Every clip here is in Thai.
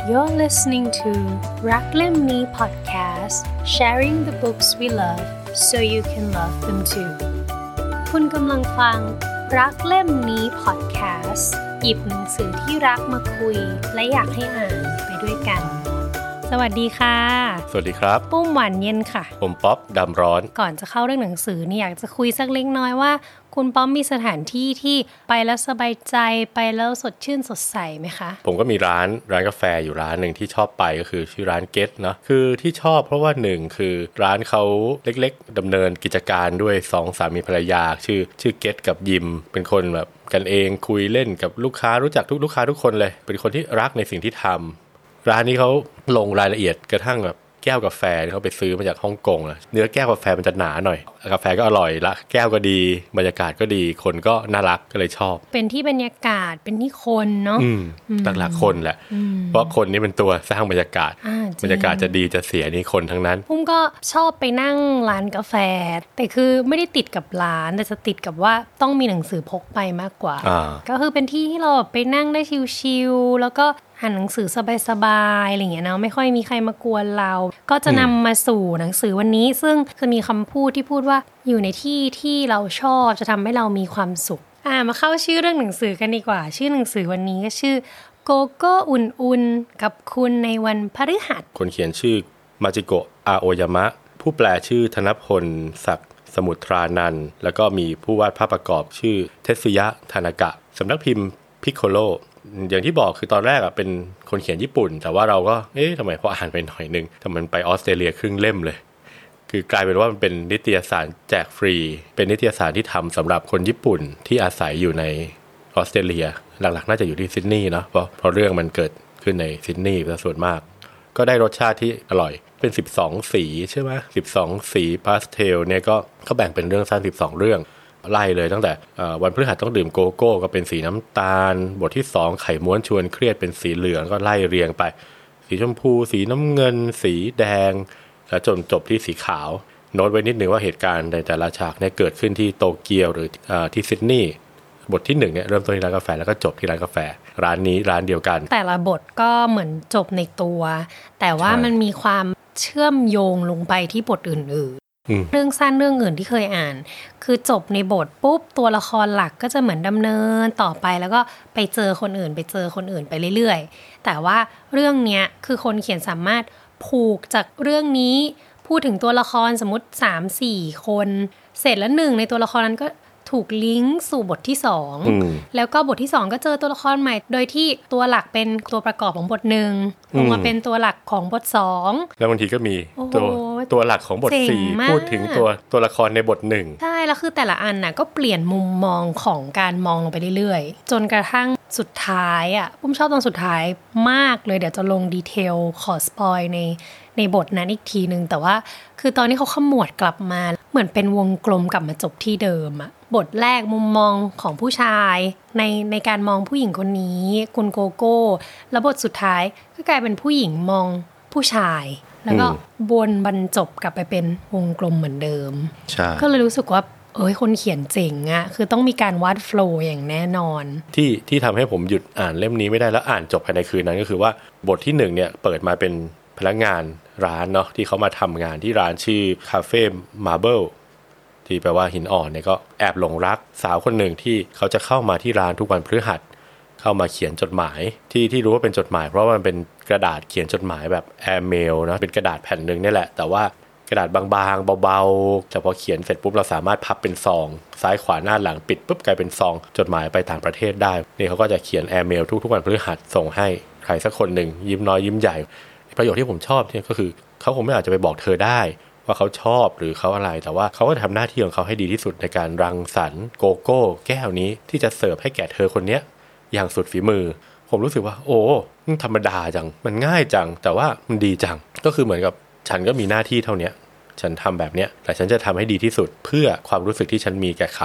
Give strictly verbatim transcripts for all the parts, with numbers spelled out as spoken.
You're listening to รักเล่มนี้ podcast sharing the books we love so you can love them too คุณกำลังฟังรักเล่มนี้ podcast หยิบหนังสือที่รักมาคุยและอยากให้อ่านไปด้วยกันสวัสดีค่ะสวัสดีครับปุ้มหวานเย็นค่ะผมป๊อปดำร้อนก่อนจะเข้าเรื่องหนังสือนี่อยากจะคุยสักเล็กน้อยว่าคุณป๊อปมีสถานที่ที่ไปแล้วสบายใจไปแล้วสดชื่นสดใสไหมคะผมก็มีร้านร้านกาแฟอยู่ร้านหนึ่งที่ชอบไปก็คือชื่อร้านเกตเนาะคือที่ชอบเพราะว่าหนึ่งคือร้านเขาเล็กๆดำเนินกิจการด้วยสองสามีภรรยาชื่อชื่อเกตกับยิมเป็นคนแบบกันเองคุยเล่นกับลูกค้ารู้จักทุกลูกค้าทุกคนเลยเป็นคนที่รักในสิ่งที่ทำร้านนี้เขาลงรายละเอียดกระทั่งแบบแก้วกาแฟที่เขาไปซื้อมาจากฮ่องกงอะเนื้อแก้วกาแฟมันจะหนาหน่อยกาแฟก็อร่อยละแก้วก็ดีบรรยากาศก็ดีคนก็น่ารักก็เลยชอบเป็นที่บรรยากาศเป็นที่คนเนาะหลักๆคนแหละเพราะคนนี้เป็นตัวสร้างบรรยากาศบรรยากาศจะดีจะเสียนี่คนทั้งนั้นผมก็ชอบไปนั่งร้านกาแฟแต่คือไม่ได้ติดกับร้านแต่จะติดกับว่าต้องมีหนังสือพกไปมากกว่าก็คือเป็นที่ที่เราไปนั่งได้ชิลๆแล้วก็อ่านหนังสือสบายๆอะไรอย่างเงี้ยเนาะไม่ค่อยมีใครมากวนเราก็จะนำมาสู่หนังสือวันนี้ซึ่งจะมีคำพูดที่พูดว่าอยู่ในที่ที่เราชอบจะทำให้เรามีความสุขอ่ามาเข้าชื่อเรื่องหนังสือกันดีกว่าชื่อหนังสือวันนี้ก็ชื่อโกโก้อุ่นๆกับคุณในวันพฤหัสคนเขียนชื่อมาจิโกะอาโอยามะผู้แปลชื่อธนพลศักดิ์สมุทรานันท์แล้วก็มีผู้วาดภาพประกอบชื่อเทสึยะทานากะสำนักพิมพ์พิคโคโลอย่างที่บอกคือตอนแรกอ่ะเป็นคนเขียนญี่ปุ่นแต่ว่าเราก็เอ๊ะทำไมพออ่านไปหน่อยนึงแต่มันไปออสเตรเลียครึ่งเล่มเลยคือกลายเป็นว่ามันเป็นนิตยสารแจกฟรีเป็นนิตยสารที่ทำสำหรับคนญี่ปุ่นที่อาศัยอยู่ในออสเตรเลียหลักๆน่าจะอยู่ที่ซิดนีย์เนาะเพราะเพราะเรื่องมันเกิดขึ้นในซิดนีย์เป็นส่วนมากก็ได้รสชาติที่อร่อยเป็นสิบสองสีใช่ไหมสิบสองสีพาสเทลเนี่ยก็เขาแบ่งเป็นเรื่องสั้นสิบสองเรื่องไล่เลยตั้งแต่วันพฤหัสต้องดื่มโกโก้ก็เป็นสีน้ำตาลบทที่สองไข่ม้วนชวนเครียดเป็นสีเหลืองก็ไล่เรียงไปสีชมพูสีน้ำเงินสีแดงแล้วจนจบที่สีขาวโน้ตไว้นิดนึงว่าเหตุการณ์ในแต่ละฉากเนี่ยเกิดขึ้นที่โตเกียวหรือที่ซิดนีย์บทที่หนึ่งเนี่ยเริ่มต้นที่ร้านกาแฟแล้วก็จบที่ร้านกาแฟร้านนี้ร้านเดียวกันแต่ละบทก็เหมือนจบในตัวแต่ว่ามันมีความเชื่อมโยงลงไปที่บทอื่นเรื่องสั้นเรื่องอื่นที่เคยอ่านคือจบในบทปุ๊บตัวละครหลักก็จะเหมือนดำเนินต่อไปแล้วก็ไปเจอคนอื่นไปเจอคนอื่นไปเรื่อยๆแต่ว่าเรื่องเนี้ยคือคนเขียนสามารถผูกจากเรื่องนี้พูดถึงตัวละครสมมุติ สามสี่ คนเสร็จแล้วหนึ่งในตัวละครนั้นก็ถูกลิงก์สู่บทที่สองแล้วก็บทที่สองก็เจอตัวละครใหม่โดยที่ตัวหลักเป็นตัวประกอบของบทหนึ่งลงมาเป็นตัวหลักของบทสองแล้วบางทีก็มีตัวตัวหลักของบทสี่พูดถึงตัวตัวละครในบทหนึ่งใช่แล้วคือแต่ละอันน่ะก็เปลี่ยนมุมมองของการมองลงไปเรื่อยๆจนกระทั่งสุดท้ายอ่ะปุ้มชอบตอนสุดท้ายมากเลยเดี๋ยวจะลงดีเทลขอสปอยในในบทนั้นอีกทีนึงแต่ว่าคือตอนนี้เขาขมวดกลับมาเหมือนเป็นวงกลมกลับมาจบที่เดิมอะบทแรกมุมมองของผู้ชายในในการมองผู้หญิงคนนี้คุณโกโก้แล้วบทสุดท้ายก็กลายเป็นผู้หญิงมองผู้ชายแล้วก็วนบรรจบกลับไปเป็นวงกลมเหมือนเดิมก็เลยรู้สึกว่าเอ้ยคนเขียนเจ๋งอะคือต้องมีการวาดโฟลว์อย่างแน่นอนที่ที่ทำให้ผมหยุดอ่านเล่มนี้ไม่ได้แล้วอ่านจบภายในคืนนั้นก็คือว่าบทที่หนึ่งเนี่ยเปิดมาเป็นพนักงานร้านเนาะที่เขามาทำงานที่ร้านชื่อคาเฟ่มาร์เบิลที่แปลว่าหินอ่อนเนี่ยก็แอบหลงรักสาวคนหนึ่งที่เขาจะเข้ามาที่ร้านทุกวันพฤหัสเข้ามาเขียนจดหมายที่ที่รู้ว่าเป็นจดหมายเพราะว่ามันเป็นกระดาษเขียนจดหมายแบบแอร์เมลนะเป็นกระดาษแผ่นนึงนี่แหละแต่ว่ากระดาษบางๆเบาๆแต่พอเขียนเสร็จปุ๊บเราสามารถพับเป็นซองซ้ายขวาหน้าหลังปิดปุ๊บกลายเป็นซองจดหมายไปต่างประเทศได้นี่เขาก็จะเขียนแอร์เมลทุกๆวันพฤหัสส่งให้ใครสักคนหนึ่งยิ้มน้อยยิ้มใหญ่ประโยชน์ที่ผมชอบเนี่ยก็คือเขาคงไม่อาจจะไปบอกเธอได้ว่าเขาชอบหรือเขาอะไรแต่ว่าเขาก็ทำหน้าที่ของเขาให้ดีที่สุดในการรังสรรค์โกโก้แก้วนี้ที่จะเสิร์ฟให้แก่เธอคนนี้อย่างสุดฝีมือผมรู้สึกว่าโอ้มันธรรมดาจังมันง่ายจังแต่ว่ามันดีจังก็คือเหมือนกับฉันก็มีหน้าที่เท่านี้ฉันทำแบบเนี้ยแต่ฉันจะทำให้ดีที่สุดเพื่อความรู้สึกที่ฉันมีแก่เขา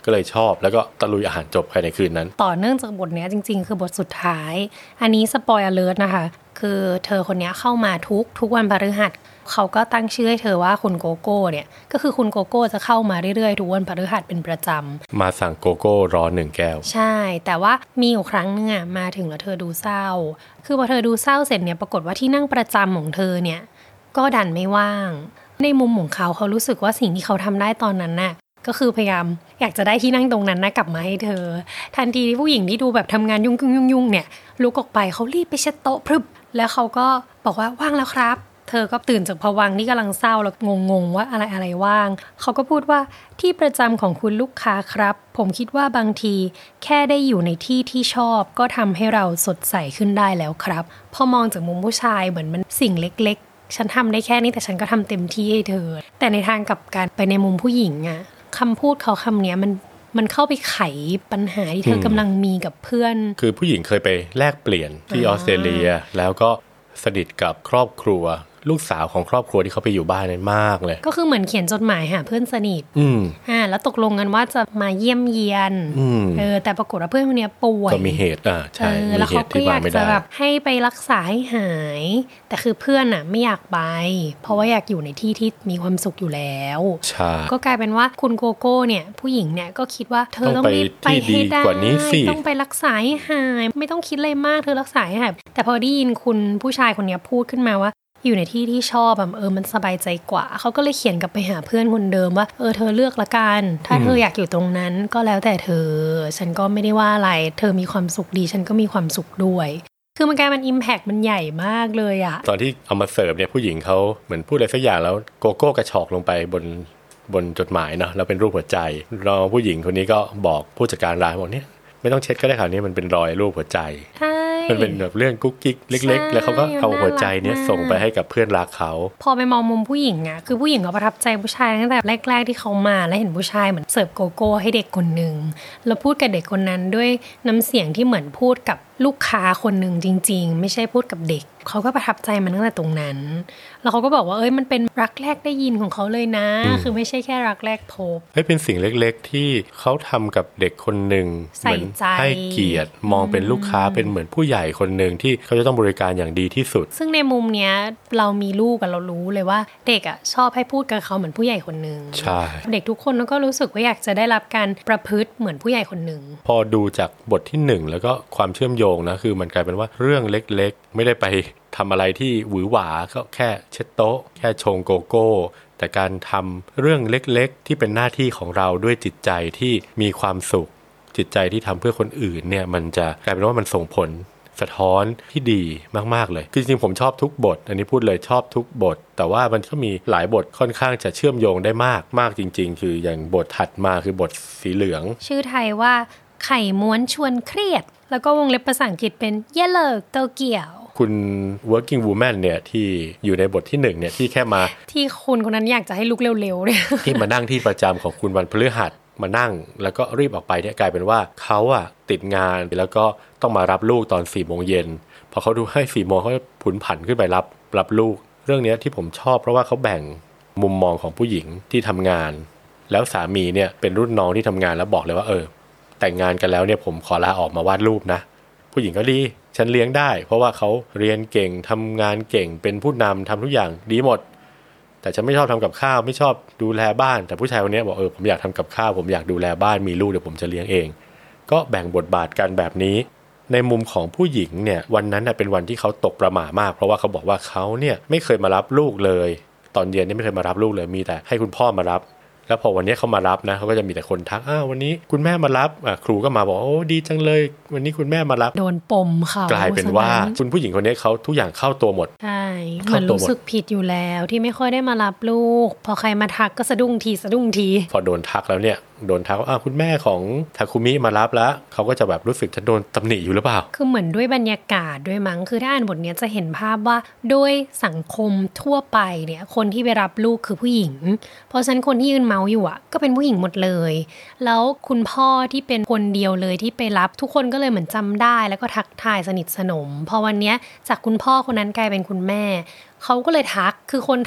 ก็เลยชอบแล้วก็ตะลุยอาหารจบภายในคืนนั้นต่อเนื่องจากบทนี้จริงๆคือบทสุดท้ายอันนี้สปอยล์อเลิร์ทนะคะคือเธอคนนี้เข้ามาทุกทุกวันพฤหัสเขาก็ตั้งชื่อให้เธอว่าคุณโกโก้เนี่ยก็คือคุณโกโก้จะเข้ามาเรื่อยๆทุกวันพฤหัสเป็นประจำมาสั่งโกโก้ร้อนหนึ่งแก้วใช่แต่ว่ามีอยู่ครั้งนึงอ่ะมาถึงแล้วเธอดูเศร้าคือพอเธอดูเศร้าเสร็จเนี่ยปรากฏว่าที่นั่งประจำของเธอเนี่ยก็ดันไม่ว่างในมุมของเขาเขารู้สึกว่าสิ่งที่เขาทำได้ตอนนั้นน่ะก็คือพยายามอยากจะได้ที่นั่งตรงนั้นนะกลับมาให้เธอทันทีที่ผู้หญิงที่ดูแบบทำงานยุ่งๆยุ่งๆเนี่ยลุกออกไปเขารีบไปเช็ดโต๊ะพรึบแล้วเขาก็บอกว่าว่างแล้วครับเธอก็ตื่นจากภวังค์ที่กำลังเศร้าแล้วงงๆว่าอะไรอะไรว่างเขาก็พูดว่าที่ประจำของคุณลูกค้าครับผมคิดว่าบางทีแค่ได้อยู่ในที่ที่ชอบก็ทำให้เราสดใสขึ้นได้แล้วครับพอมองจากมุมผู้ชายเหมือนมันสิ่งเล็กๆฉันทำได้แค่นี้แต่ฉันก็ทำเต็มที่ให้เธอแต่ในทางกลับกันไปในมุมผู้หญิงอะคำพูดเขาคำนี้มันมันเข้าไปไขปัญหาที่เธอกำลังมีกับเพื่อนคือผู้หญิงเคยไปแลกเปลี่ยนที่ออสเตรเลียแล้วก็สนิทกับครอบครัวลูกสาวของครอบครัวที่เขาไปอยู่บ้านนั้นมากเลยก็คือเหมือนเขียนจดหมายหาเพื่อนสนิทอืมอ่าแล้วตกลงกันว่าจะมาเยี่ยมเยียนเออแต่ปรากฏว่าเพื่อนคนนี้ป่วยก็มีเหตุอ่าใช่มีเหตุที่มาไม่ได้แล้วเขาก็อยากจะแบบให้ไปรักษาให้หายแต่คือเพื่อนน่ะไม่อยากไปเพราะว่าอยากอยู่ในที่ที่มีความสุขอยู่แล้วใช่ก็กลายเป็นว่าคุณโกโก้เนี่ยผู้หญิงเนี่ยก็คิดว่าเธอต้องรีบไปให้ได้ต้องไปรักษาให้หายไม่ต้องคิดอะไรมากเธอรักษาให้หายแต่พอได้ยินคุณผู้ชายคนนี้พูดขึ้นมาว่าอยู่ในที่ที่ชอบแบบเออมันสบายใจกว่าเขาก็เลยเขียนกลับไปหาเพื่อนคนเดิมว่าเออเธอเลือกละกันถ้าเธออยากอยู่ตรงนั้นก็แล้วแต่เธอฉันก็ไม่ได้ว่าอะไรเธอมีความสุขดีฉันก็มีความสุขด้วยคือมันกลายเป็นอิมแพคมันใหญ่มากเลยอะตอนที่เอามาเสิร์ฟเนี่ยผู้หญิงเขาเหมือนพูดอะไรสักอย่างแล้วโกโก้กระชอกลงไปบนบนจดหมายเนาะแล้วเป็นรูปหัวใจเราผู้หญิงคนนี้ก็บอกผู้จัดการร้านบอกเนี่ยไม่ต้องเช็ดก็ได้ค่ะนี่มันเป็นรอยรูปหัวใจมันเป็นแบบเรื่องกุ๊กกิ๊กเล็กๆแล้วเขาก็เอาหัวใจเนี้ยส่งไปให้กับเพื่อนรักเขาพอไปมองมุมผู้หญิงอ่ะคือผู้หญิงเขาประทับใจผู้ชายตั้งแต่แรกๆที่เขามาแล้วเห็นผู้ชายเหมือนเสิร์ฟโกโก้ให้เด็กคนนึงแล้วพูดกับเด็กคนนั้นด้วยน้ำเสียงที่เหมือนพูดกับลูกค้าคนนึงจริงๆไม่ใช่พูดกับเด็กเขาก็ประทับใจมันตั้งแต่ตรงนั้นแล้วเขาก็บอกว่าเอ้ยมันเป็นรักแรกได้ยินของเขาเลยนะคือไม่ใช่แค่รักแรกพบเฮ้ยเป็นสิ่งเล็กๆที่เขาทำกับเด็กคนหนึ่งเหมือนให้เกียรติมองเป็นลูกค้าเป็นเหมือนผู้ใหญ่คนหนึ่งที่เขาจะต้องบริการอย่างดีที่สุดซึ่งในมุมเนี้ยเรามีลูกกันเรารู้เลยว่าเด็กอ่ะชอบให้พูดกับเขาเหมือนผู้ใหญ่คนหนึ่งใช่เด็กทุกคนก็รู้สึกว่าอยากจะได้รับการประพฤติเหมือนผู้ใหญ่คนหนึ่งพอดูจากบทที่หนึ่งแล้วก็ความเชื่อมโยงนะคือมันกลายเป็นว่าเรื่องเล็กๆไม่ได้ไปทำอะไรที่หวือหวาก็แค่เช็ดโต๊ะแค่ชงโกโก้แต่การทำเรื่องเล็กๆที่เป็นหน้าที่ของเราด้วยจิตใจที่มีความสุขจิตใจที่ทำเพื่อคนอื่นเนี่ยมันจะกลายเป็นว่ามันส่งผลสะท้อนที่ดีมากๆเลยคือจริงๆผมชอบทุกบทอันนี้พูดเลยชอบทุกบทแต่ว่ามันก็มีหลายบทค่อนข้างจะเชื่อมโยงได้มากมากจริงๆคืออย่างบทถัดมาคือบทสีเหลืองชื่อไทยว่าไข่ม้วนชวนเครียดแล้วก็วงเล็บภาษาอังกฤษเป็น Yellow Tokyo คุณ working woman เนี่ยที่อยู่ในบทที่หนึ่งเนี่ยที่แค่มาที่คุณคนนั้นอยากจะให้ลุกเร็วๆเนี่ยที่มานั่งที่ประจำของคุณวันพฤหัสมานั่งแล้วก็รีบออกไปเนี่ยกลายเป็นว่าเขาอะติดงานแล้วก็ต้องมารับลูกตอนสี่โมงเย็นพอเขาดูให้สี่โมงเขาผุนผันขึ้นไปรับรับลูกเรื่องนี้ที่ผมชอบเพราะว่าเขาแบ่งมุมมองของผู้หญิงที่ทำงานแล้วสามีเนี่ยเป็นรุ่นน้องที่ทำงานแล้วบอกเลยว่าเออแต่งงานกันแล้วเนี่ยผมขอลาออกมาวาดรูปนะผู้หญิงก็ดีฉันเลี้ยงได้เพราะว่าเขาเรียนเก่งทำงานเก่งเป็นผู้นำทำทุกอย่างดีหมดแต่ฉันไม่ชอบทำกับข้าวไม่ชอบดูแลบ้านแต่ผู้ชายคนนี้บอกเออผมอยากทำกับข้าวผมอยากดูแลบ้านมีลูกเดี๋ยวผมจะเลี้ยงเองก็แบ่งบทบาทกันแบบนี้ในมุมของผู้หญิงเนี่ยวันนั้นเป็นวันที่เขาตกประหม่ามากเพราะว่าเขาบอกว่าเขาเนี่ยไม่เคยมารับลูกเลยตอนเย็นนี่ไม่เคยมารับลูกเลยมีแต่ให้คุณพ่อมารับแล้วพอวันนี้เขามารับนะเขาก็จะมีแต่คนทักอ้าววันนี้คุณแม่มารับอ่ะครูก็มาบอกโอ้ดีจังเลยวันนี้คุณแม่มารับโดนปมเขากลายเป็นว่าคุณผู้หญิงคนนี้เขาทุกอย่างเข้าตัวหมดใช่เหมือนรู้สึกผิดอยู่แล้วที่ไม่ค่อยได้มารับลูกพอใครมาทักก็สะดุ้งทีสะดุ้งทีพอโดนทักแล้วเนี่ยโดนทักว่าอ้าวคุณแม่ของทาคุมิมารับแล้วเขาก็จะแบบรู้สึกจะโดนตำหนิอยู่หรือเปล่าคือเหมือนด้วยบรรยากาศด้วยมั้งคือถ้าอ่านบทนี้จะเห็นภาพว่าด้วยสังคมทั่วไปเนี่ยคนที่ไปรับลูกคือผู้หญิงเพราะฉะนั้นคนที่ยืนเมาอยู่อ่ะก็เป็นผู้หญิงหมดเลยแล้วคุณพ่อที่เป็นคนเดียวเลยที่ไปรับทุกคนก็เลยเหมือนจำได้แล้วก็ทักทายสนิทสนมพอวันนี้จากคุณพ่อคนนั้นกลายเป็นคุณแม่เขาก็เลยทักคือคนทัก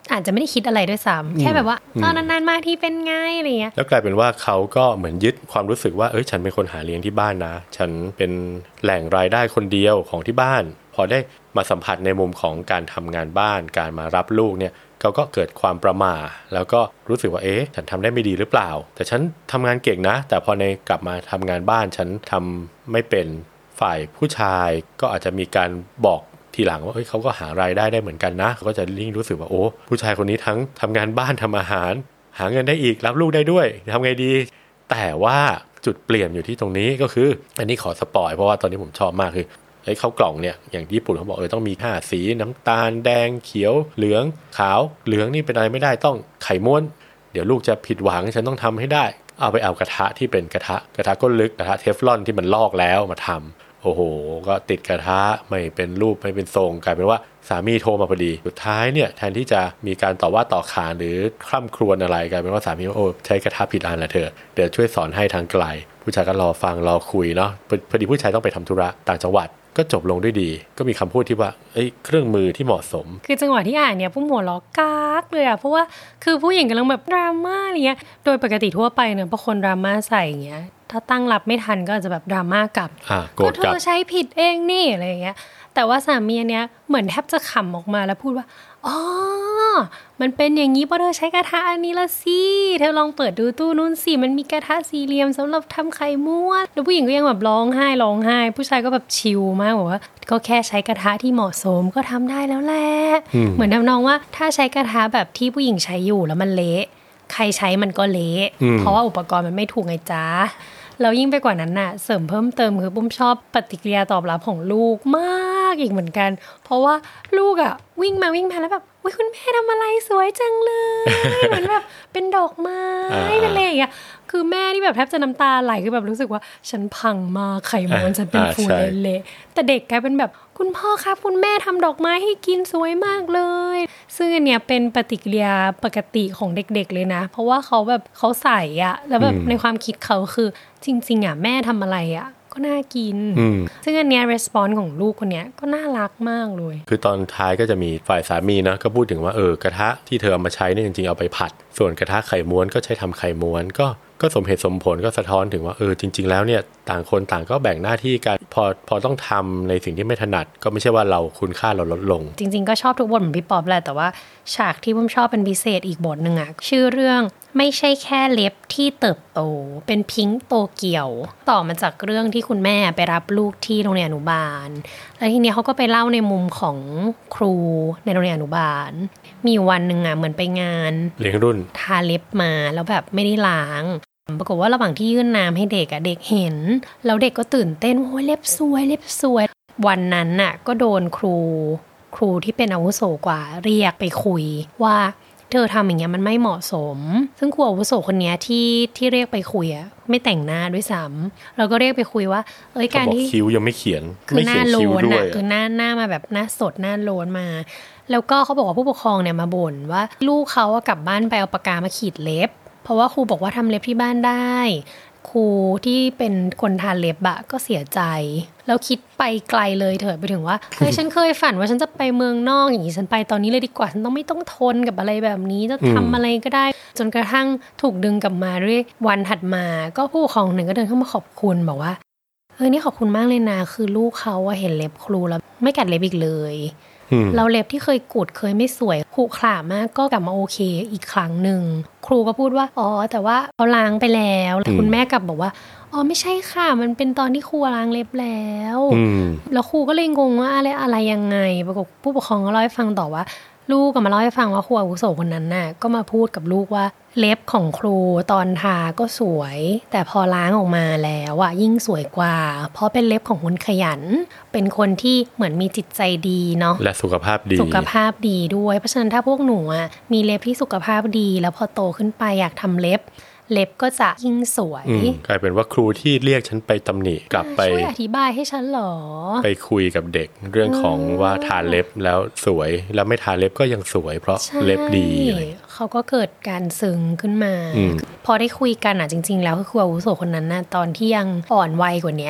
อาจจะไม่ได้คิดอะไรด้วยซ้ำแค่แบบว่าตอนนานๆมาที่เป็นไงอะไรเงี้ยแล้วกลายเป็นว่าเขาก็เหมือนยึดความรู้สึกว่าเอ้ยฉันเป็นคนหาเลี้ยงที่บ้านนะฉันเป็นแหล่งรายได้คนเดียวของที่บ้านพอได้มาสัมผัสในมุมของการทำงานบ้านการมารับลูกเนี่ยเขาก็เกิดความประหม่าแล้วก็รู้สึกว่าเอ๊ะฉันทำได้ไม่ดีหรือเปล่าแต่ฉันทำงานเก่งนะแต่พอในกลับมาทำงานบ้านฉันทำไม่เป็นฝ่ายผู้ชายก็อาจจะมีการบอกทีหลังว่าเอ้ยเขาก็หารายได้ได้เหมือนกันนะเขาก็จะยิ่งรู้สึกว่าโอ้ผู้ชายคนนี้ทั้งทำงานบ้านทำอาหารหาเงินได้อีกรับลูกได้ด้วยทำไงดีแต่ว่าจุดเปลี่ยนอยู่ที่ตรงนี้ก็คืออันนี้ขอสปอยเพราะว่าตอนนี้ผมชอบมากคือไอ้ข้าวกล่องเนี่ยอย่างญี่ปุ่นเขาบอกเออต้องมีห้าสีน้ำตาลแดงเขียวเหลืองขาวเหลืองนี่เป็นอะไรไม่ได้ต้องไข่ม้วนเดี๋ยวลูกจะผิดหวังฉันต้องทำให้ได้เอาไปเอากระทะที่เป็นกระทะกระทะก้นลึกกระทะเทฟลอนที่มันลอกแล้วมาทำโอ้โหก็ติดกระทะไม่เป็นรูปไม่เป็นทรงกลายเป็นว่าสามีโทรมาพอดีสุดท้ายเนี่ยแทนที่จะมีการต่อว่าต่อขานหรือคร่ำครวญอะไรกลายเป็นว่าสามีว่าโอ้ใช้กระทะผิดอันละเธอเดี๋ยวช่วยสอนให้ทางไกลผู้ชายก็รอฟังรอคุยเนาะพอดีผู้ชายต้องไปทำธุระต่างจังหวัดก็จบลงด้วยดีก็มีคำพูดที่ว่าเอ้ยเครื่องมือที่เหมาะสมคือจังหวะที่อ่านเนี่ยพุ่มหัวล้อกากเลยอะเพราะว่าคือผู้หญิงกำลังแบบดราม่าอะไรเงี้ยโดยปกติทั่วไปเนี่ยพอคนดราม่าใส่อย่างเงี้ยถ้าตั้งรับไม่ทันก็อาจจะแบบดราม่ากลับก็เธอใช้ผิดเองนี่อะไรเงี้ยแต่ว่าสามีเนี้ยเหมือนแทบจะขำออกมาแล้วพูดว่าอ๋อมันเป็นอย่างนี้เพราะเธอใช้กระทะอันนี้ละสิเธอลองเปิดดูตู้นู้นสิมันมีกระทะสี่เหลี่ยมสำหรับทำไข่ม้วนแล้วผู้หญิงก็ยังแบบร้องไห้ร้องไห้ผู้ชายก็แบบชิลมากบอกว่าก็แค่ใช้กระทะที่เหมาะสมก็ทำได้แล้วแหละเหมือนทำนองว่าถ้าใช้กระทะแบบที่ผู้หญิงใช้อยู่แล้วมันเละใครใช้มันก็เละเพราะว่าอุปกรณ์มันไม่ถูกไงจ๊ะแล้วยิ่งไปกว่านั้นน่ะเสริมเพิ่มเติมคือปุ้มชอบปฏิกิริยาตอบรับของลูกมากอีกเหมือนกันเพราะว่าลูกอ่ะวิ่งมาวิ่งมาแล้วแบบอุ๊ยคุณแม่ทำอะไรสวยจังเลยเหมือนแบบเป็นดอกไม้เป็นอะไรอย่างเงี้ยคือแม่นี่แบบแทบจะน้ำตาไหลคือแบบรู้สึกว่าฉันพังมากไข่ม้วนฉันเป็นฟูเละๆแต่เด็กกลายเป็นแบบคุณพ่อครับคุณแม่ทำดอกไม้ให้กินสวยมากเลยซึ่งอันเนี้ยเป็นปฏิกิริยาปกติของเด็กๆเลยนะเพราะว่าเขาแบบเขาใส่อะแล้วแบบในความคิดเขาคือจริงๆอะแม่ทำอะไรอะก็น่ากินซึ่งอันเนี้ย response ของลูกคนเนี้ยก็น่ารักมากเลยคือตอนท้ายก็จะมีฝ่ายสามีนะก็พูดถึงว่าเออกระทะที่เธอเอามาใช้เนี่ยจริงๆเอาไปผัดส่วนกระทะไข่ม้วนก็ใช้ทำไข่ม้วนก็ก็สมเหตุสมผลก็สะท้อนถึงว่าเออจริงๆแล้วเนี่ยต่างคนต่างก็แบ่งหน้าที่กันพอพอต้องทำในสิ่งที่ไม่ถนัดก็ไม่ใช่ว่าเราคุณค่าเราลดลงจริงๆก็ชอบทุกบทเหมือนพี่ป๊อปแหละแต่ว่าฉากที่ผมชอบเป็นพิเศษอีกบทนึงอ่ะชื่อเรื่องไม่ใช่แค่เล็บที่เติบโตเป็นพิงค์โตเกียวต่อมาจากเรื่องที่คุณแม่ไปรับลูกที่โรงเรียนอนุบาลแล้วทีนี้เขาก็ไปเล่าในมุมของครูในโรงเรียนอนุบาลมีวันนึงอ่ะเหมือนไปงานเลี้ยงรุ่นทาเล็บมาแล้วแบบไม่ได้ล้างปรากฏว่าระหว่างที่ยื่นน้ำให้เด็กอ่ะเด็กเห็นแล้วเด็กก็ตื่นเต้นโอ้ยเล็บสวยเล็บสวยวันนั้นน่ะก็โดนครูครูที่เป็นอาวุโสกว่าเรียกไปคุยว่าเธอทำอย่างเงี้ยมันไม่เหมาะสมซึ่งครูอาวุโสคนนี้ที่ที่เรียกไปคุยอ่ะไม่แต่งหน้าด้วยซ้ำเราก็เรียกไปคุยว่าเอ้ยการที่คิ้วยังไม่เขียนคือหน้าโลนอ่ะคือหน้าหน้ามาแบบหน้าสดหน้าโลนมาแล้วก็เขาบอกว่าผู้ปกครองเนี่ยมาบ่นว่าลูกเขากลับบ้านไปเอาปากกามาขีดเล็บเพราะว่าครูบอกว่าทำเล็บที่บ้านได้ครูที่เป็นคนทาเล็บอะก็เสียใจแล้วคิดไปไกลเลยเถิดไปถึงว่าเฮ้ยฉันเคยฝันว่าฉันจะไปเมืองนอกอย่างนี้ฉันไปตอนนี้เลยดีกว่าฉันต้องไม่ต้องทนกับอะไรแบบนี้จะทำอะไรก็ได้จนกระทั่งถูกดึงกลับมาด้วยวันถัดมาก็ผู้ปกครองหนึ่งก็เดินเข้ามาขอบคุณบอกว่าเฮ้ยนี่ขอบคุณมากเลยนะคือลูกเขาเห็นเล็บครูแล้วไม่กัดเล็บอีกเลยเราเล็บที่เคยกุดเคยไม่สวยขรุขระมากก็กลับมาโอเคอีกครั้งหนึ่งครูก็พูดว่าอ๋อแต่ว่าเขาล้างไปแล้วคุณแม่กลับบอกว่าอ๋อไม่ใช่ค่ะมันเป็นตอนที่ครูล้างเล็บแล้วแล้วครูก็เลยงงว่าอะไรอะไรยังไงปรากฏผู้ปกครองก็เล่าให้ฟังต่อว่าลูกก็มาเล่าให้ฟังว่าครูอาวุโสคนนั้นน่ะก็มาพูดกับลูกว่าเล็บของครูตอนทาก็สวยแต่พอล้างออกมาแล้วอ่ะยิ่งสวยกว่าเพราะเป็นเล็บของคนขยันเป็นคนที่เหมือนมีจิตใจดีเนาะและสุขภาพดีสุขภาพดีด้วยเพราะฉะนั้นถ้าพวกหนูอ่ะมีเล็บที่สุขภาพดีแล้วพอโตขึ้นไปอยากทำเล็บเล็บก็จะยิ่งสวยกลายเป็นว่าครูที่เรียกฉันไปตำหนิกลับไปช่วยอธิบายให้ฉันหรอไปคุยกับเด็กเรื่องของว่าทาเล็บแล้วสวยแล้วไม่ทาเล็บก็ยังสวยเพราะเล็บดีเขาก็เกิดการซึ้งขึ้นมาพอได้คุยกันอ่ะจริงๆแล้วคือครูอาวุโสคนนั้นน่ะตอนที่ยังอ่อนวัยกว่านี้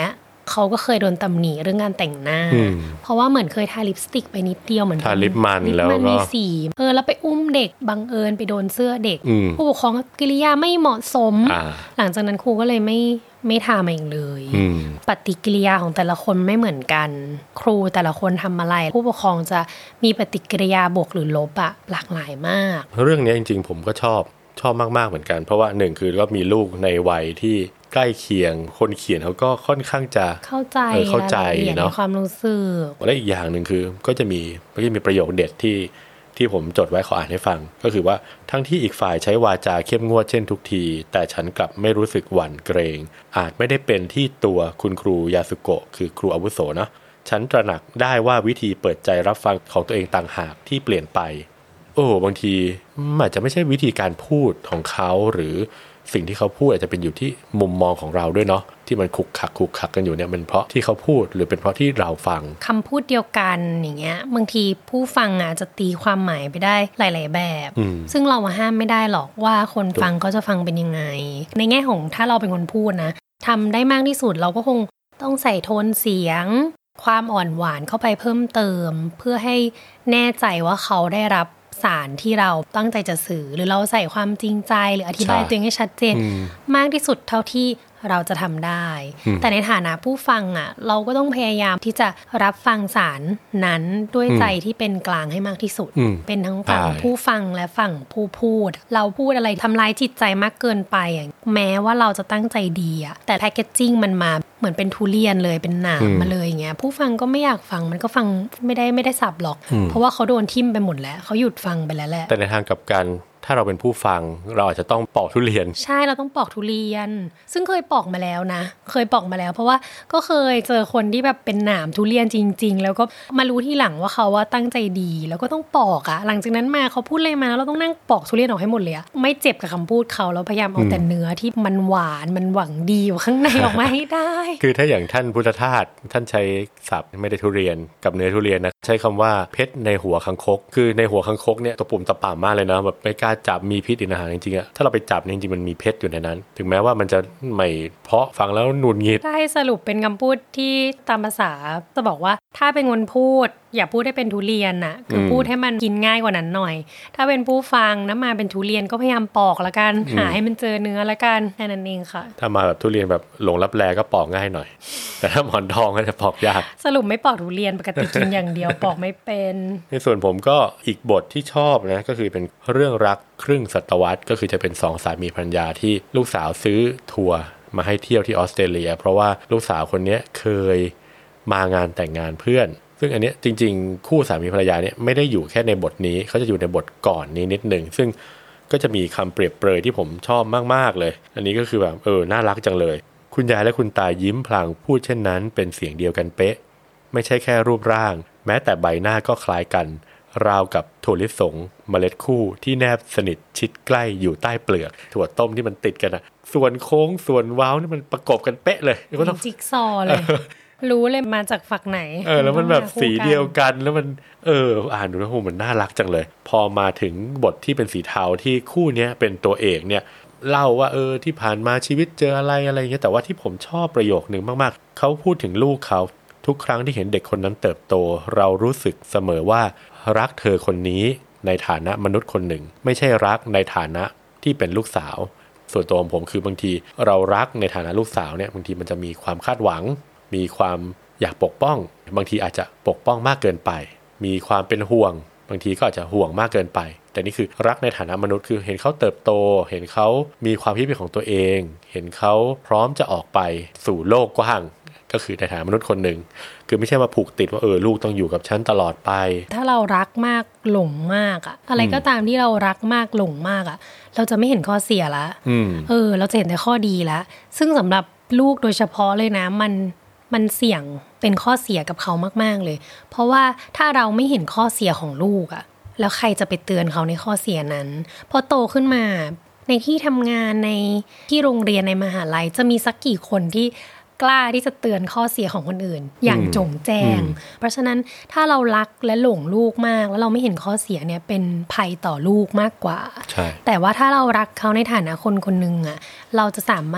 เขาก็เคยโดนตำหนิเรื่องการแต่งหน้าเพราะว่าเหมือนเคยทาลิปสติกไปนิดเดียวเหมือนทาลิปมันแล้วก็มีสีเออแล้วไปอุ้มเด็กบังเอิญไปโดนเสื้อเด็กผู้ปกครองกิริยาไม่เหมาะสมหลังจากนั้นครูก็เลยไม่ไม่ทามาอีกเลยปฏิกิริยาของแต่ละคนไม่เหมือนกันครูแต่ละคนทำอะไรผู้ปกครองจะมีปฏิกิริยาบวกหรือลบอะหลากหลายมากเรื่องนี้จริงๆผมก็ชอบชอบมากๆเหมือนกันเพราะว่าหนึ่งคือก็มีลูกในวัยที่ใกล้เคียงคนเขียนเขาก็ค่อนข้างจะเข้าใจเข้าใจเนาะความรู้สึกและอีกอย่างหนึ่งคือก็จะมีก็จะมีประโยคเด็ดที่ที่ผมจดไว้ขออ่านให้ฟังก็คือว่าทั้งที่อีกฝ่ายใช้วาจาเข้มงวดเช่นทุกทีแต่ฉันกลับไม่รู้สึกหวั่นเกรงอาจไม่ได้เป็นที่ตัวคุณครูยาสุโกะคือครูอาวุโสเนาะฉันตระหนักได้ว่าวิธีเปิดใจรับฟังของตัวเองต่างหากที่เปลี่ยนไปโอ้บางทีอาจจะไม่ใช่วิธีการพูดของเขาหรือสิ่งที่เขาพูดอาจจะเป็นอยู่ที่มุมมองของเราด้วยเนาะที่มันขุกขักขุกขักกันอยู่เนี่ยมันเพราะที่เขาพูดหรือเป็นเพราะที่เราฟังคำพูดเดียวกันอย่างเงี้ยบางทีผู้ฟังอาจจะตีความหมายไปได้หลายๆแบบซึ่งเราห้ามไม่ได้หรอกว่าคนฟังเขาจะฟังเป็นยังไงในแง่ของถ้าเราเป็นคนพูดนะทำได้มากที่สุดเราก็คงต้องใส่โทนเสียงความอ่อนหวานเข้าไปเพิ่มเติมเพื่อให้แน่ใจว่าเขาได้รับสารที่เราตั้งใจจะสื่อหรือเราใส่ความจริงใจหรืออธิบายตัวเองให้ชัดเจนมากที่สุดเท่าที่เราจะทำได้แต่ในฐานะผู้ฟังอ่ะเราก็ต้องพยายามที่จะรับฟังสารนั้นด้วยใจที่เป็นกลางให้มากที่สุดเป็นทั้งฝั่งผู้ฟังและฝั่งผู้พูดเราพูดอะไรทำลายจิตใจมากเกินไปแม้ว่าเราจะตั้งใจดีอ่ะแต่แพคเกจจิ้งมันมาเหมือนเป็นทุเรียนเลยเป็นหนามมาเลยอย่างเงี้ยผู้ฟังก็ไม่อยากฟังมันก็ฟังไม่ได้ไม่ได้สับหรอกเพราะว่าเขาโดนทิ่มไปหมดแล้วเขาหยุดฟังไปแล้วแหละแต่ในทางกลับกันถ้าเราเป็นผู้ฟังเราอาจจะต้องปอกทุเรียนใช่เราต้องปอกทุเรียนซึ่งเคยปอกมาแล้วนะเคยปอกมาแล้วเพราะว่าก็เคยเจอคนที่แบบเป็นหนามทุเรียนจริงๆแล้วก็มารู้ทีหลังว่าเขาว่าตั้งใจดีแล้วก็ต้องปอกอะหลังจากนั้นมาเขาพูดอะไรมาแล้วเราต้องนั่งปอกทุเรียนออกให้หมดเลยอะไม่เจ็บกับคำพูดเขาแล้วพยายามเอาแต่เนื้อที่มันหวานมันหวังดีอยู่ข้างในออกมาให้ได้คือถ้าอย่างท่านพุทธทาสท่านใช้ศัพท์ไม่ได้ทุเรียนกับเนื้อทุเรียนนะใช้คำว่าเพชรในหัวคังคกคือในหัวคังคกเนี่ยตัวปุ่มตะป่ามากเลยนะแบบไม่กล้าจับมีพิษอีกนะจริงๆอะถ้าเราไปจับจริงๆมันมีเพชรอยู่ในนั้นถึงแม้ว่ามันจะไม่เพราะฟังแล้วหนุนงิดได้สรุปเป็นคำพูดที่ตามภาษาจะบอกว่าถ้าเป็นคนพูดอย่าพูดให้เป็นทุเรียนน่ะคือพูดให้มันกินง่ายกว่านั้นหน่อยถ้าเป็นผู้ฟังนะมาเป็นทุเรียนก็พยายามปอกละกันหาให้มันเจอเนื้อละกันแค่นั้นเองค่ะถ้ามาแบบทุเรียนแบบหลงลับแลก็ปอกง่ายหน่อยแต่ถ้าหมอนทองก็จะปอกยากสรุปไม่ปอกทุเรียนปกติกินอย่างเดียวปอกไม่เป็นในส่วนผมก็อีกบทที่ชอบนะก็คือเป็นเรื่องรักครึ่งศตวรรษก็คือจะเป็นสองสามีภรรยาที่ลูกสาวซื้อทัวร์มาให้เที่ยวที่ออสเตรเลียเพราะว่าลูกสาวคนนี้เคยมางานแต่งงานเพื่อนซึ่งอันนี้จริงๆคู่สามีภรรยาเนี่ยไม่ได้อยู่แค่ในบทนี้เขาจะอยู่ในบทก่อนนี้นิดหนึ่งซึ่งก็จะมีคำเปรียบเปรยที่ผมชอบมากๆเลยอันนี้ก็คือแบบเออน่ารักจังเลยคุณยายและคุณตายิ้มพลางพูดเช่นนั้นเป็นเสียงเดียวกันเป๊ะไม่ใช่แค่รูปร่างแม้แต่ใบหน้าก็คล้ายกันราวกับถั่วลิสงเมล็ดคู่ที่แนบสนิทชิดใกล้อยู่ใต้เปลือกถั่วต้มที่มันติดกันอะส่วนโค้งส่วนเว้านี่มันประกบกันเป๊ะเลยก็ต้องจิ๊กซอเลยรู้เลยมาจากฝักไหนเออแล้วมันแบบสีเดียวกันแล้วมันเอออ่านดูแล้วโหมันน่ารักจังเลยพอมาถึงบทที่เป็นสีเทาที่คู่เนี้ยเป็นตัวเอกเนี่ยเล่าว่าเออที่ผ่านมาชีวิตเจออะไรอะไรอย่างเงี้ยแต่ว่าที่ผมชอบประโยคนึงมากๆเขาพูดถึงลูกเขาทุกครั้งที่เห็นเด็กคนนั้นเติบโตเรารู้สึกเสมอว่ารักเธอคนนี้ในฐานะมนุษย์คนหนึ่งไม่ใช่รักในฐานะที่เป็นลูกสาวส่วนตัวของผมคือบางทีเรารักในฐานะลูกสาวเนี่ยบางทีมันจะมีความคาดหวังมีความอยากปกป้องบางทีอาจจะปกป้องมากเกินไปมีความเป็นห่วงบางทีก็อาจจะห่วงมากเกินไปแต่นี่คือรักในฐานะมนุษย์คือเห็นเขาเติบโตเห็นเขามีความคิดเป็นของตัวเองเห็นเขาพร้อมจะออกไปสู่โลกกว้างก็คือในฐานะมนุษย์คนหนึ่งคือไม่ใช่มาผูกติดว่าเออลูกต้องอยู่กับฉันตลอดไปถ้าเรารักมากหลงมากอะอะไรก็ตามที่เรารักมากหลงมากอะเราจะไม่เห็นข้อเสียละเออเราจะเห็นแต่ข้อดีละซึ่งสำหรับลูกโดยเฉพาะเลยนะมันมันเสี่ยงเป็นข้อเสียกับเขามากๆเลยเพราะว่าถ้าเราไม่เห็นข้อเสียของลูกอะแล้วใครจะไปเตือนเขาในข้อเสียนั้นพอโตขึ้นมาในที่ทำงานในที่โรงเรียนในมหาลัยจะมีสักกี่คนที่กล้าที่จะเตือนข้อเสียของคนอื่นอย่างจงแจ้งเพราะฉะนั้นถ้าเรารักและหลงลูกมากแล้วเราไม่เห็นข้อเสียเนี่ยเป็นภัยต่อลูกมากกว่าแต่ว่าถ้าเรารักเขาในฐานะคนคนนึงอ่ะเราจะสามารถ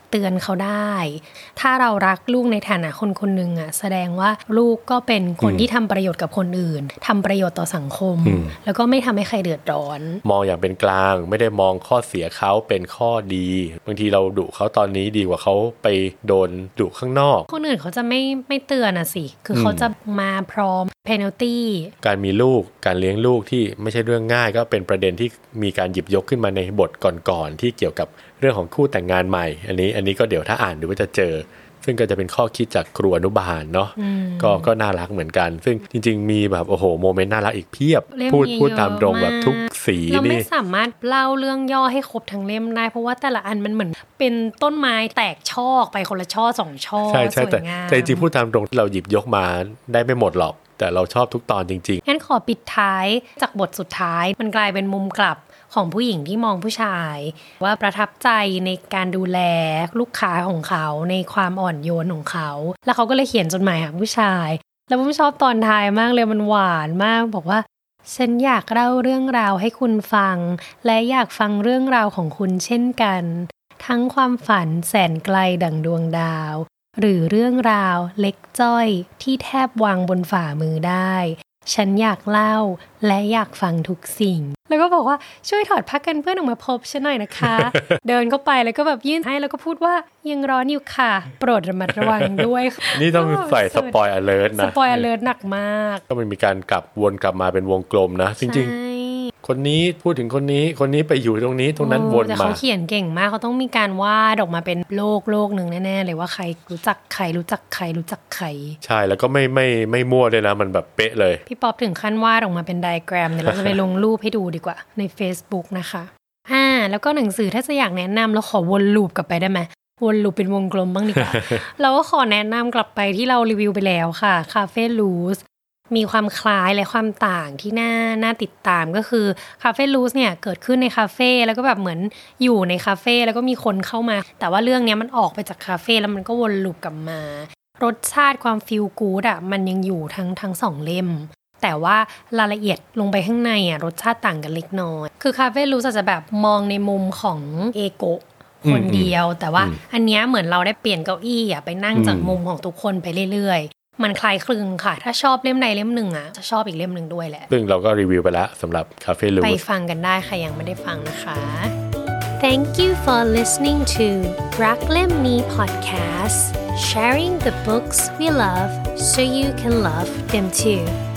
เตือนเขาได้ถ้าเรารักลูกในฐานะคนคนหนึ่งอ่ะแสดงว่าลูกก็เป็นคนที่ทำประโยชน์กับคนอื่นทำประโยชน์ต่อสังคมแล้วก็ไม่ทำให้ใครเดือดร้อนมองอย่างเป็นกลางไม่ได้มองข้อเสียเขาเป็นข้อดีบางทีเราดุเขาตอนนี้ดีกว่าเขาไปโดนดุข้างนอกคนอื่นเขาจะไม่ไม่เตือนอ่ะสิคือเขาจะมาพร้อมเพนัลตี้การมีลูกการเลี้ยงลูกที่ไม่ใช่เรื่องง่ายก็เป็นประเด็นที่มีการหยิบยกขึ้นมาในบทก่อนๆที่เกี่ยวกับเรื่องของคู่แต่งงานใหม่อันนี้อันนี้ก็เดี๋ยวถ้าอ่านดูว่าจะเจอซึ่งก็จะเป็นข้อคิดจากครูอนุบาลเนาะก็ก็น่ารักเหมือนกันซึ่งจริงๆมีแบบโอ้โหโมเมนต์น่ารักอีกเพียบพูดพูดตามตรงแบบทุกสีนี่เราไม่สามารถเล่าเรื่องย่อให้ครบทั้งเล่มได้เพราะว่าแต่ละอันมันเหมือนเป็นต้นไม้แตกช่อไปคนละช่อสองช่อใช่ใช่แต่แต่จริงๆพูดตามตรงเราหยิบยกมาได้ไม่หมดหรอกแต่เราชอบทุกตอนจริงๆงั้นขอปิดท้ายจากบทสุดท้ายมันกลายเป็นมุมกลับของผู้หญิงที่มองผู้ชายว่าประทับใจในการดูแลลูกค้าของเขาในความอ่อนโยนของเขาแล้วเขาก็เลยเขียนจดหมายหาผู้ชายแล้วผมชอบตอนท้ายมากเลยมันหวานมากบอกว่าฉันอยากเล่าเรื่องราวให้คุณฟังและอยากฟังเรื่องราวของคุณเช่นกันทั้งความฝันแสนไกลดั่งดวงดาวหรือเรื่องราวเล็กจ้อยที่แทบวางบนฝ่ามือได้ฉันอยากเล่าและอยากฟังทุกสิ่งแล้วก็บอกว่าช่วยถอดผ้ากันเปื้อนออกมาพบฉันหน่อยนะคะ เดินเข้าไปแล้วก็แบบยื่นให้แล้วก็พูดว่ายังร้อนอยู่ค่ะโปรดระมัดระวังด้วยนี่ต้องใส่สปอยล์อเลิร์ทนะสปอยล์อเลิร์ทหนักมากก็มันมีการกลับวนกลับมาเป็นวงกลมนะจริงๆคนนี้พูดถึงคนนี้คนนี้ไปอยู่ตรงนี้ตรงนั้นวนมาแต่เขาเขียนเก่งมากเขาต้องมีการวาดออกมาเป็นโลกโลกหนึ่งแน่ๆเลยว่าใครรู้จักใครรู้จักใครรู้จักใครใช่แล้วก็ไม่ไม่ไม่มั่วด้วยนะมันแบบเป๊ะเลยพี่ป๊อปถึงขั้นวาดออกมาเป็นไดอะแกรมเดี๋ยวเราจะไปลงรูปให้ดูดีกว่าใน Facebook นะคะอ่าแล้วก็หนังสือถ้าจะอยากแนะนำเราขอวนลูปกลับไปได้ไหมวนลูปเป็นวงกลมบ้างดีกว่า เราก็ขอแนะนำกลับไปที่เรารีวิวไปแล้วค่ะ Cafe Luzมีความคล้ายและความต่างที่น่าน่าติดตามก็คือคาเฟ่ลูสเนี่ยเกิดขึ้นในคาเฟ่แล้วก็แบบเหมือนอยู่ในคาเฟ่แล้วก็มีคนเข้ามาแต่ว่าเรื่องนี้มันออกไปจากคาเฟ่แล้วมันก็วนลูปกลับมารสชาติความฟีลกู๊ดอ่ะมันยังอยู่ทั้งทั้งสองเล่มแต่ว่ารายละเอียดลงไปข้างในอ่ะรสชาติต่างกันเล็กน้อยคือคาเฟ่ลูสอาจจะแบบมองในมุมของเอโกะคนเดียวแต่ว่าอันนี้เหมือนเราได้เปลี่ยนเก้าอี้อ่ะไปนั่งจากมุมของทุกคนไปเรื่อยมันคล้ายคลึงค่ะถ้าชอบเล่มใดเล่มหนึ่งอ่ะจะชอบอีกเล่มหนึ่งด้วยแหละซึ่งเราก็รีวิวไปแล้วสำหรับ Cafe Luz ไปฟังกันได้ใครยังไม่ได้ฟังนะคะ Thank you for listening to รักเล่มนี้ podcast sharing the books we love so you can love them too